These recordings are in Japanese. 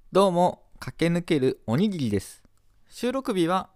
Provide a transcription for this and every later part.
どうも、駆け抜けるおにぎりです。収録日は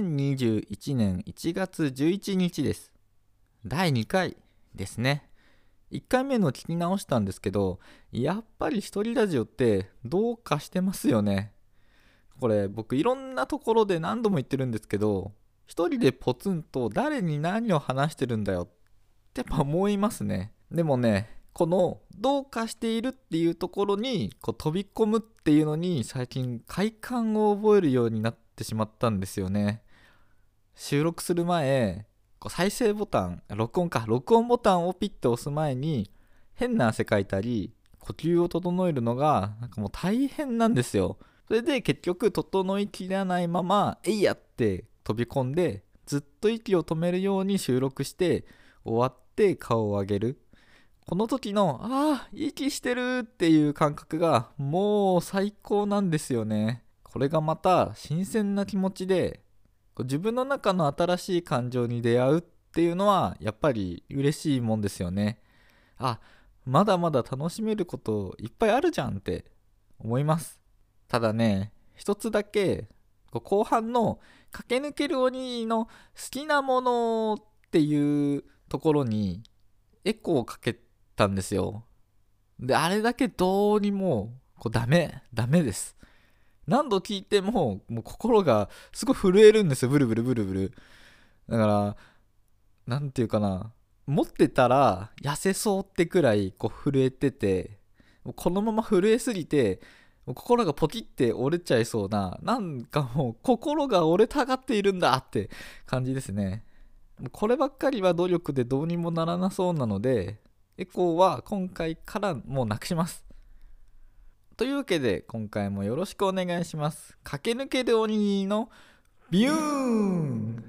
2021年1月11日です。第2回ですね。1回目の聞き直したんですけど、やっぱり一人ラジオってどうかしてますよね。これ僕いろんなところで何度も言ってるんですけど、一人でポツンと誰に何を話してるんだよってやっぱ思いますね。でもね、このどうかしているっていうところに飛び込むっていうのに最近快感を覚えるようになってしまったんですよね。収録する前、再生ボタン、録音ボタンをピッと押す前に変な汗かいたり呼吸を整えるのがもう大変なんですよ。それで結局整いきらないままえいやって飛び込んでずっと息を止めるように収録して終わって顔を上げる。この時の息してるっていう感覚がもう最高なんですよね。これがまた新鮮な気持ちで自分の中の新しい感情に出会うっていうのはやっぱり嬉しいもんですよね。あ、まだまだ楽しめることいっぱいあるじゃんって思います。ただね、一つだけ後半の駆け抜ける鬼の好きなものっていうところにエコーをかけたんですよ。で、あれだけどうにもダメです。何度聞いてもう心がすごい震えるんですよ。ブルブルブルブル。だからなんていうかな、持ってたら痩せそうってくらい震えてて、もうこのまま震えすぎてもう心がポキって折れちゃいそうな、なんかもう心が折れたがっているんだって感じですね。こればっかりは努力でどうにもならなそうなので、エコーは今回からもうなくします。というわけで今回もよろしくお願いします。駆け抜けるおにぎりのビューン。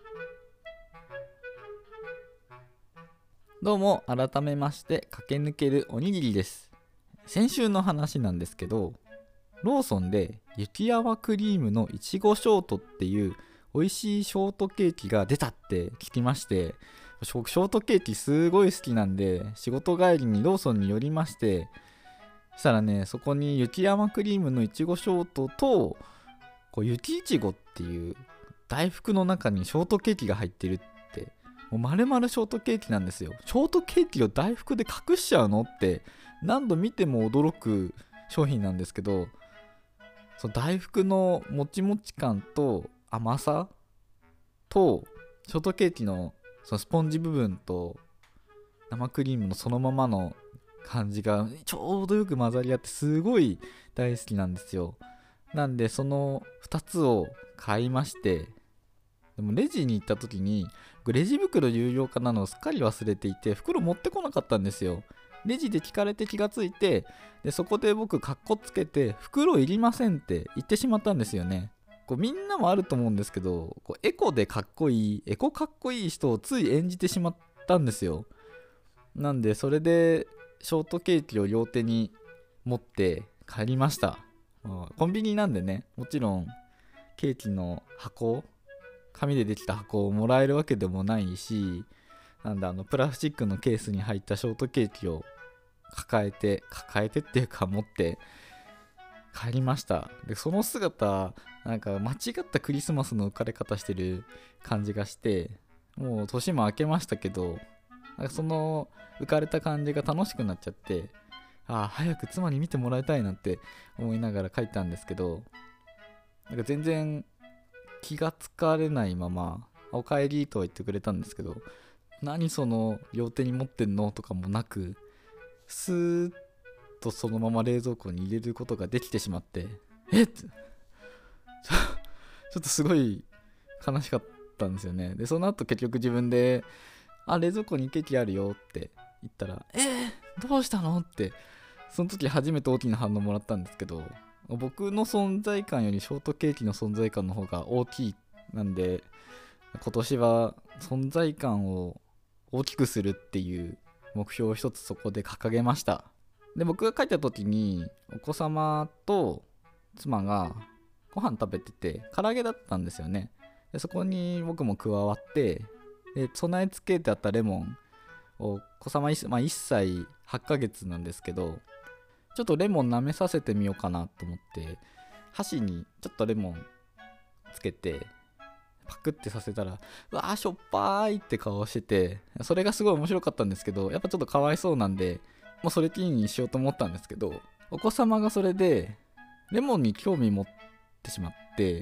どうも改めまして駆け抜けるおにぎりです。先週の話なんですけど、ローソンで雪泡クリームのいちごショートっていう美味しいショートケーキが出たって聞きまして、ショートケーキすごい好きなんで仕事帰りにローソンに寄りまして、そしたらね、そこに雪山クリームのいちごショートと雪いちごっていう大福の中にショートケーキが入ってるって、もう丸々ショートケーキなんですよ。ショートケーキを大福で隠しちゃうのって何度見ても驚く商品なんですけど、その大福のもちもち感と甘さとショートケーキのそのスポンジ部分と生クリームのそのままの感じがちょうどよく混ざり合ってすごい大好きなんですよ。なんでその2つを買いまして、でもレジに行った時にレジ袋有料化なのをすっかり忘れていて袋持ってこなかったんですよ。レジで聞かれて気がついて、でそこで僕カッコつけて袋いりませんって言ってしまったんですよね。みんなもあると思うんですけど、エコでかっこいいエコかっこいい人をつい演じてしまったんですよ。なんでそれでショートケーキを両手に持って帰りました。コンビニなんでね、もちろんケーキの箱、紙でできた箱をもらえるわけでもないし、なんでプラスチックのケースに入ったショートケーキを抱えてっていうか持って帰りました。でその姿、なんか間違ったクリスマスの浮かれ方してる感じがして、もう年も明けましたけど、なんかその浮かれた感じが楽しくなっちゃって、早く妻に見てもらいたいなんて思いながら帰ったんですけど、なんか全然気がつかれないままおかえりとは言ってくれたんですけど、何その両手に持ってんのとかもなく、スーッとそのまま冷蔵庫に入れることができてしまって、ちょっとすごい悲しかったんですよね。でその後結局自分で冷蔵庫にケーキあるよって言ったら、どうしたのって、その時初めて大きな反応もらったんですけど、僕の存在感よりショートケーキの存在感の方が大きい。なんで今年は存在感を大きくするっていう目標を一つそこで掲げました。で僕が帰った時にお子様と妻がご飯食べてて唐揚げだったんですよね。でそこに僕も加わって、で備え付けてあったレモンを子様 1歳8ヶ月なんですけど、 ちょっとレモン舐めさせてみようかなと思って箸にちょっとレモンつけてパクってさせたら、うわーしょっぱーいって顔してて、それがすごい面白かったんですけど、やっぱちょっとかわいそうなんでもうそれきりにしようと思ったんですけど、お子様がそれでレモンに興味持ってしまって、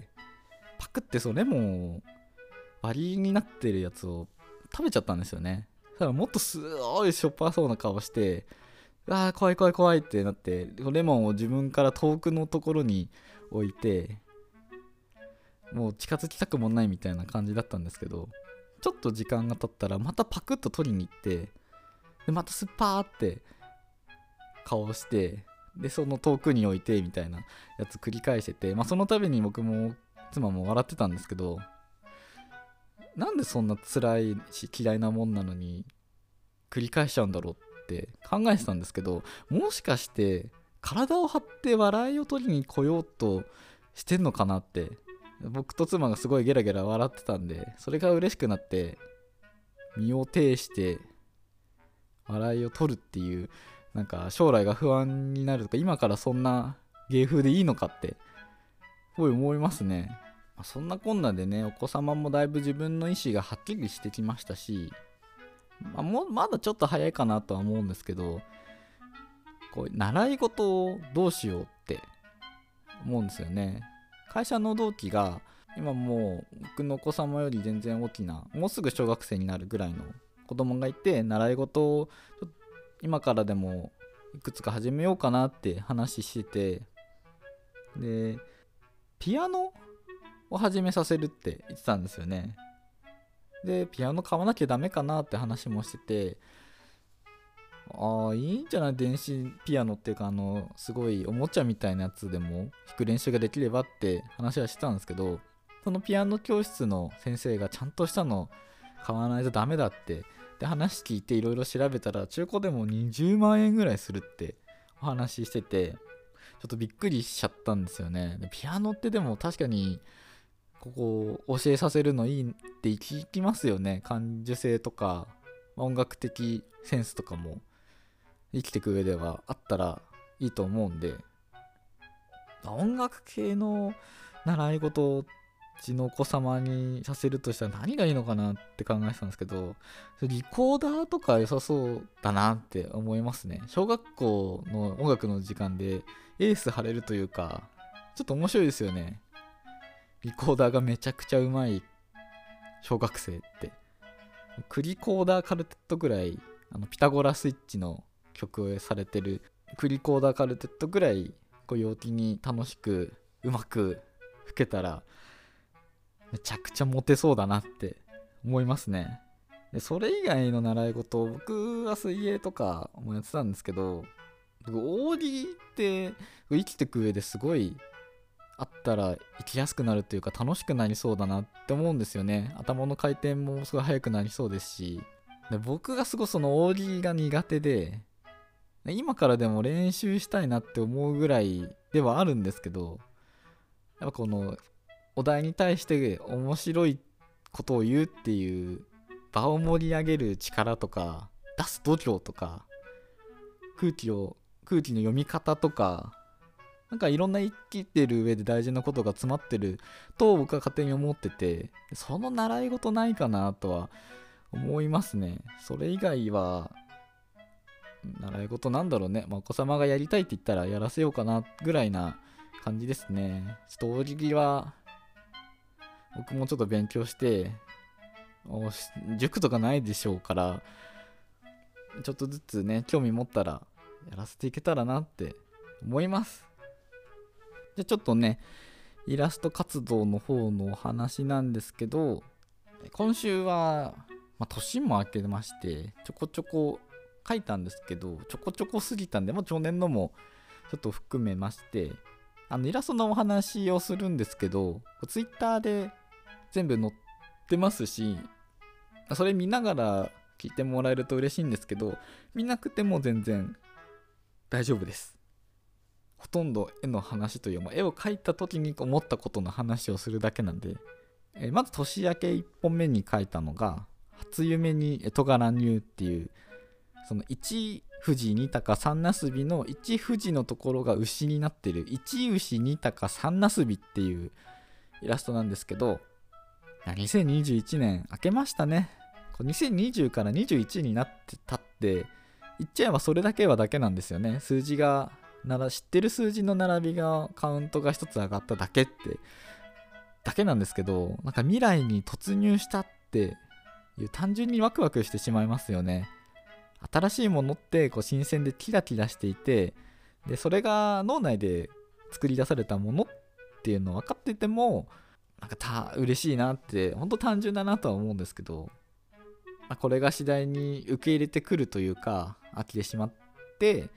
パクってレモンを割りになってるやつを食べちゃったんですよね。だからもっとすごいしょっぱそうな顔して、あー怖い怖い怖いってなって、レモンを自分から遠くのところに置いて、もう近づきたくもないみたいな感じだったんですけど、ちょっと時間が経ったらまたパクッと取りに行って、でまたスッパーって顔して、でその遠くに置いてみたいなやつ繰り返してて、その度に僕も妻も笑ってたんですけど、なんでそんな辛いし嫌いなもんなのに繰り返しちゃうんだろうって考えてたんですけど、もしかして体を張って笑いを取りに来ようとしてんのかなって、僕と妻がすごいゲラゲラ笑ってたんで、それが嬉しくなって身を挺して笑いを取るっていう、なんか将来が不安になるとか、今からそんな芸風でいいのかってすごい思いますね。そんなこんなでね、お子様もだいぶ自分の意思がはっきりしてきましたし、まだちょっと早いかなとは思うんですけど、こう習い事をどうしようって思うんですよね。会社の同期が今もう僕のお子様より全然大きな、もうすぐ小学生になるぐらいの子供がいて、習い事を今からでもいくつか始めようかなって話してて、でピアノを始めさせるって言ってたんですよね。でピアノ買わなきゃダメかなって話もしてて、いいんじゃない、電子ピアノっていうか、すごいおもちゃみたいなやつでも弾く練習ができればって話はしてたんですけど、そのピアノ教室の先生がちゃんとしたの買わないとダメだってで話聞いて、いろいろ調べたら中古でも20万円ぐらいするってお話ししてて、ちょっとびっくりしちゃったんですよね。でピアノってでも確かにここ教えさせるのいいって聞きますよね。感受性とか音楽的センスとかも生きていく上ではあったらいいと思うんで、音楽系の習い事をうちのお子様にさせるとしたら何がいいのかなって考えてたんですけど、リコーダーとか良さそうだなって思いますね。小学校の音楽の時間でエース張れるというか、ちょっと面白いですよね。リコーダーがめちゃくちゃうまい小学生って、クリコーダーカルテットぐらい、ピタゴラスイッチの曲をされてるクリコーダーカルテットぐらいこう陽気に楽しくうまく吹けたらめちゃくちゃモテそうだなって思いますね。でそれ以外の習い事、僕は水泳とかもやってたんですけど、大喜利って生きてく上ですごいあったら生きやすくなるというか楽しくなりそうだなって思うんですよね。頭の回転もすごい速くなりそうですし、で僕がすごいその大喜利が苦手で、今からでも練習したいなって思うぐらいではあるんですけど、やっぱこのお題に対して面白いことを言うっていう場を盛り上げる力とか出す度胸とか空気の読み方とか、なんかいろんな生きてる上で大事なことが詰まってると僕は勝手に思ってて、その習い事ないかなとは思いますね。それ以外は習い事なんだろうね、お子様がやりたいって言ったらやらせようかなぐらいな感じですね。ちょっと大喜利は僕もちょっと勉強して塾とかないでしょうから、ちょっとずつね興味持ったらやらせていけたらなって思います。じゃあちょっとねイラスト活動の方のお話なんですけど、今週は、年も明けましてちょこちょこ書いたんですけど、ちょこちょこ過ぎたんで去年のもちょっと含めまして、イラストのお話をするんですけど、ツイッターで全部載ってますし、それ見ながら聞いてもらえると嬉しいんですけど、見なくても全然大丈夫です。ほとんど絵の話という、絵を描いた時に思ったことの話をするだけなんで、まず年明け1本目に描いたのが初夢に干支が乱入っていうその1富士2鷹3なすびの1富士のところが牛になってる1牛2鷹3なすびっていうイラストなんですけど、2021年明けましたね。2020から21になってたって言っちゃえばそれだけはだけなんですよね。数字が知ってる数字の並びがカウントが一つ上がっただけってだけなんですけど、なんか未来に突入したっていう単純にワクワクしてしまいますよね。新しいものって新鮮でキラキラしていて、でそれが脳内で作り出されたものっていうの分かっていてもなんか嬉しいなって、本当単純だなとは思うんですけど、これが次第に受け入れてくるというか飽きてしまって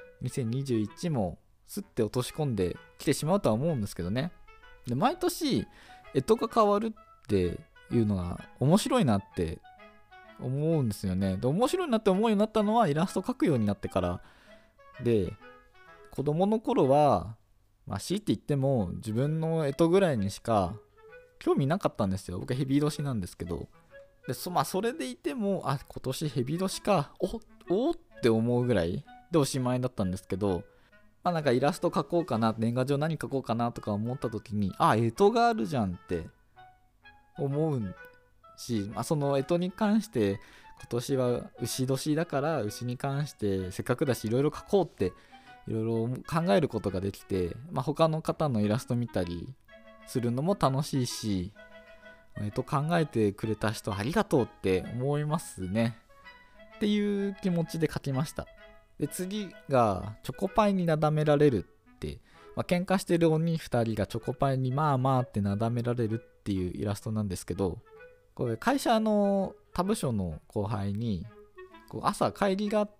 2021もスッて落とし込んできてしまうとは思うんですけどね。で毎年干支が変わるっていうのが面白いなって思うんですよね。で面白いなって思うようになったのはイラスト描くようになってからで、子供の頃は強いて言っても自分の干支ぐらいにしか興味なかったんですよ。僕はヘビ年なんですけど、でそれでいても今年ヘビ年かおって思うぐらいでおしまいだったんですけど、なんかイラスト描こうかな、年賀状何描こうかなとか思った時に干支があるじゃんって思うし、その干支に関して今年は牛年だから牛に関してせっかくだしいろいろ描こうっていろいろ考えることができて、他の方のイラスト見たりするのも楽しいし、考えてくれた人ありがとうって思いますねっていう気持ちで描きました。で次がチョコパイになだめられるって、喧嘩してる鬼2人がチョコパイにってなだめられるっていうイラストなんですけど、これ会社の他部署の後輩に朝帰りがあって、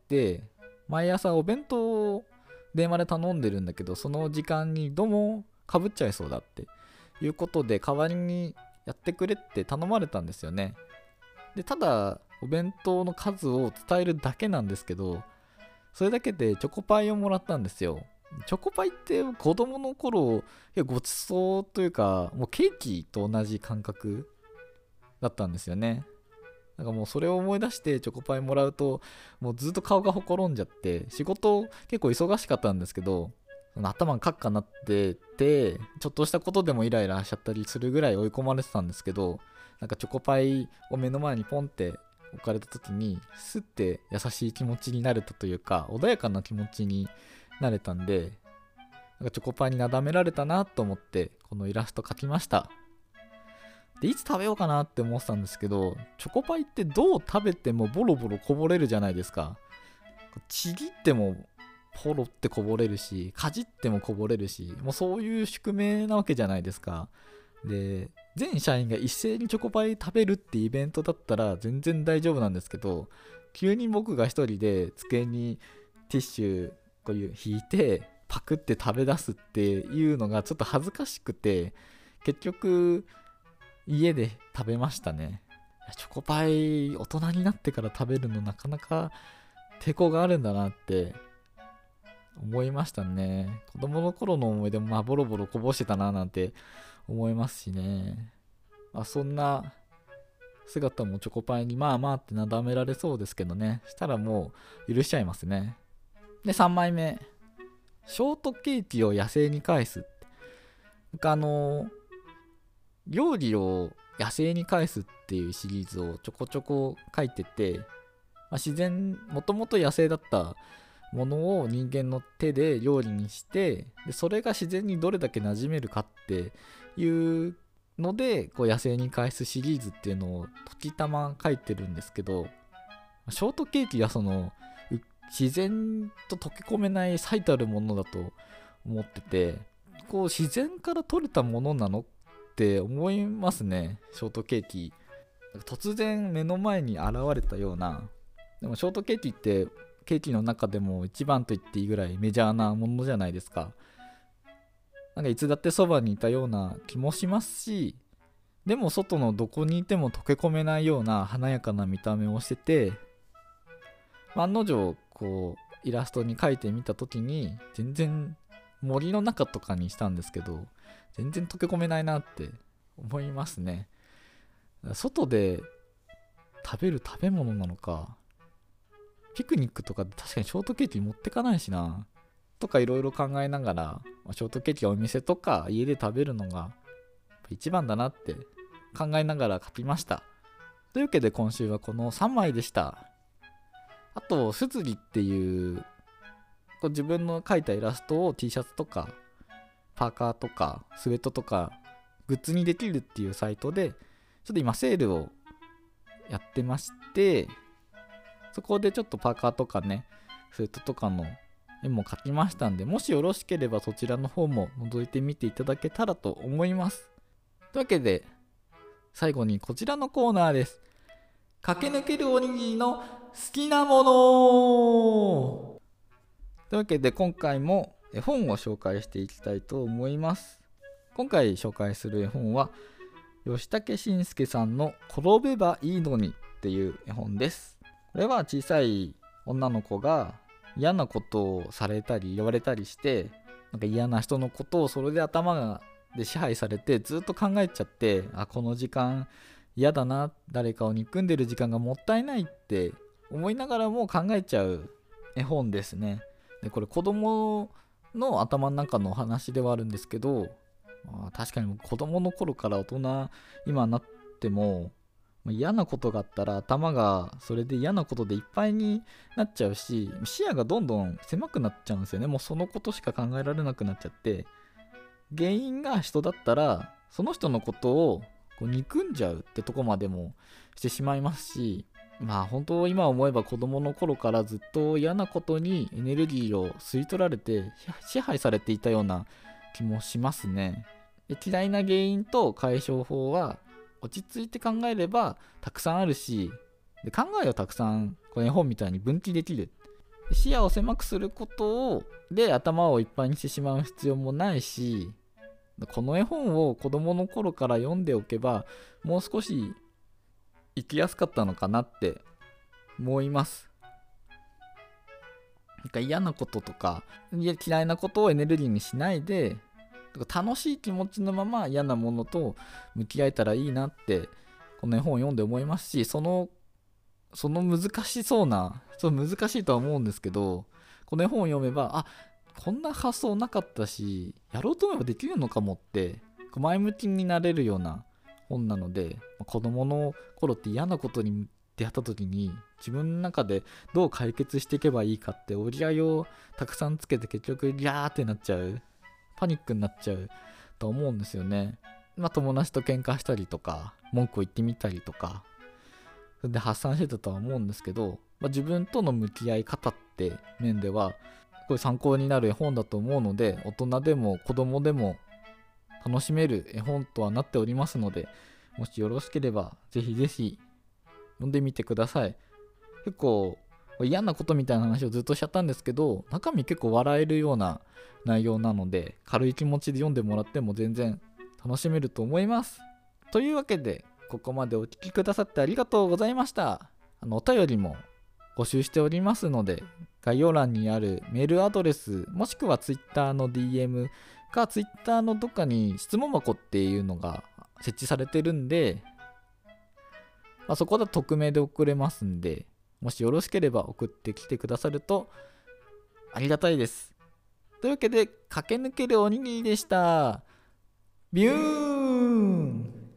毎朝お弁当を電話で頼んでるんだけどその時間にどうもかぶっちゃいそうだっていうことで代わりにやってくれって頼まれたんですよね。でただお弁当の数を伝えるだけなんですけど、それだけでチョコパイをもらったんですよ。チョコパイって子供の頃ごちそうというかもうケーキと同じ感覚だったんですよね。なんかもうそれを思い出してチョコパイもらうともうずっと顔がほころんじゃって、仕事結構忙しかったんですけど頭がカッカになっててちょっとしたことでもイライラしちゃったりするぐらい追い込まれてたんですけど、なんかチョコパイを目の前にポンって置かれた時にスッて優しい気持ちになれたというか穏やかな気持ちになれたんで、なんかチョコパイになだめられたなと思ってこのイラスト描きました。でいつ食べようかなって思ってたんですけど、チョコパイってどう食べてもボロボロこぼれるじゃないですか。ちぎってもポロってこぼれるし、かじってもこぼれるし、もうそういう宿命なわけじゃないですか。で全社員が一斉にチョコパイ食べるってイベントだったら全然大丈夫なんですけど、急に僕が一人で机にティッシュこういう引いてパクって食べ出すっていうのがちょっと恥ずかしくて、結局家で食べましたね。チョコパイ大人になってから食べるのなかなか抵抗があるんだなって思いましたね。子供の頃の思い出もボロボロこぼしてたななんて思いますしね。そんな姿もチョコパイにってなだめられそうですけどね。したらもう許しちゃいますね。で3枚目、ショートケーキを野生に返す。料理を野生に返すっていうシリーズをちょこちょこ書いてて、自然もともと野生だったものを人間の手で料理にして、でそれが自然にどれだけ馴染めるかっていうので野生に返すシリーズっていうのを時たま書いてるんですけど、ショートケーキが自然と溶け込めない最たるものだと思ってて、自然から取れたものなのって思いますね。ショートケーキ突然目の前に現れたような。でもショートケーキってケーキの中でも一番と言っていいぐらいメジャーなものじゃないですか。なんかいつだってそばにいたような気もしますし、でも外のどこにいても溶け込めないような華やかな見た目をしてて、案の定イラストに描いてみた時に全然森の中とかにしたんですけど全然溶け込めないなって思いますね。外で食べる食べ物なのかピクニックとかで確かにショートケーキ持ってかないしなとかいろいろ考えながら、ショートケーキはお店とか家で食べるのが一番だなって考えながら書きました。というわけで今週はこの3枚でした。あとすずりっていう自分の描いたイラストを T シャツとかパーカーとかスウェットとかグッズにできるっていうサイトでちょっと今セールをやってまして、そこでちょっとパーカーとかねスウェットとかの絵も描きましたんで、もしよろしければそちらの方も覗いてみていただけたらと思います。というわけで最後にこちらのコーナーです。駆け抜けるおにぎりの好きなもの。というわけで今回も絵本を紹介していきたいと思います。今回紹介する絵本は吉武慎介さんの転べばいいのにっていう絵本です。これは小さい女の子が嫌なことをされたり言われたりして、なんか嫌な人のことをそれで頭で支配されてずっと考えちゃって、この時間嫌だな、誰かを憎んでる時間がもったいないって思いながらも考えちゃう絵本ですね。でこれ子供の頭の中のお話ではあるんですけど、確かに子供の頃から大人今なっても嫌なことがあったら頭がそれで嫌なことでいっぱいになっちゃうし、視野がどんどん狭くなっちゃうんですよね。もうそのことしか考えられなくなっちゃって、原因が人だったらその人のことを憎んじゃうってとこまでもしてしまいますし、本当今思えば子供の頃からずっと嫌なことにエネルギーを吸い取られて支配されていたような気もしますね。で嫌いな原因と解消法は落ち着いて考えればたくさんあるし、で考えをたくさんこの絵本みたいに分岐できる。視野を狭くすることで頭をいっぱいにしてしまう必要もないし、この絵本を子供の頃から読んでおけばもう少し生きやすかったのかなって思います。なんか嫌なこととか嫌いなことをエネルギーにしないで、楽しい気持ちのまま嫌なものと向き合えたらいいなってこの絵本を読んで思いますし、その難しそうな難しいとは思うんですけど、この絵本を読めばこんな発想なかったしやろうと思えばできるのかもって前向きになれるような本なので、子供の頃って嫌なことに出会った時に自分の中でどう解決していけばいいかって折り合いをたくさんつけて結局ギャーってなっちゃう、パニックになっちゃうと思うんですよね。友達と喧嘩したりとか文句を言ってみたりとかそれで発散してたとは思うんですけど、自分との向き合い方って面ではこれ参考になる絵本だと思うので、大人でも子供でも楽しめる絵本とはなっておりますので、もしよろしければぜひぜひ読んでみてください。結構嫌なことみたいな話をずっとしちゃったんですけど、中身結構笑えるような内容なので軽い気持ちで読んでもらっても全然楽しめると思います。というわけでここまでお聞きくださってありがとうございました。お便りも募集しておりますので、概要欄にあるメールアドレスもしくは Twitter の DM か Twitter のどっかに質問箱っていうのが設置されてるんで、そこだと匿名で送れますんで、もしよろしければ送ってきてくださるとありがたいです。というわけで駆け抜けるおにぎりでした。ビューン。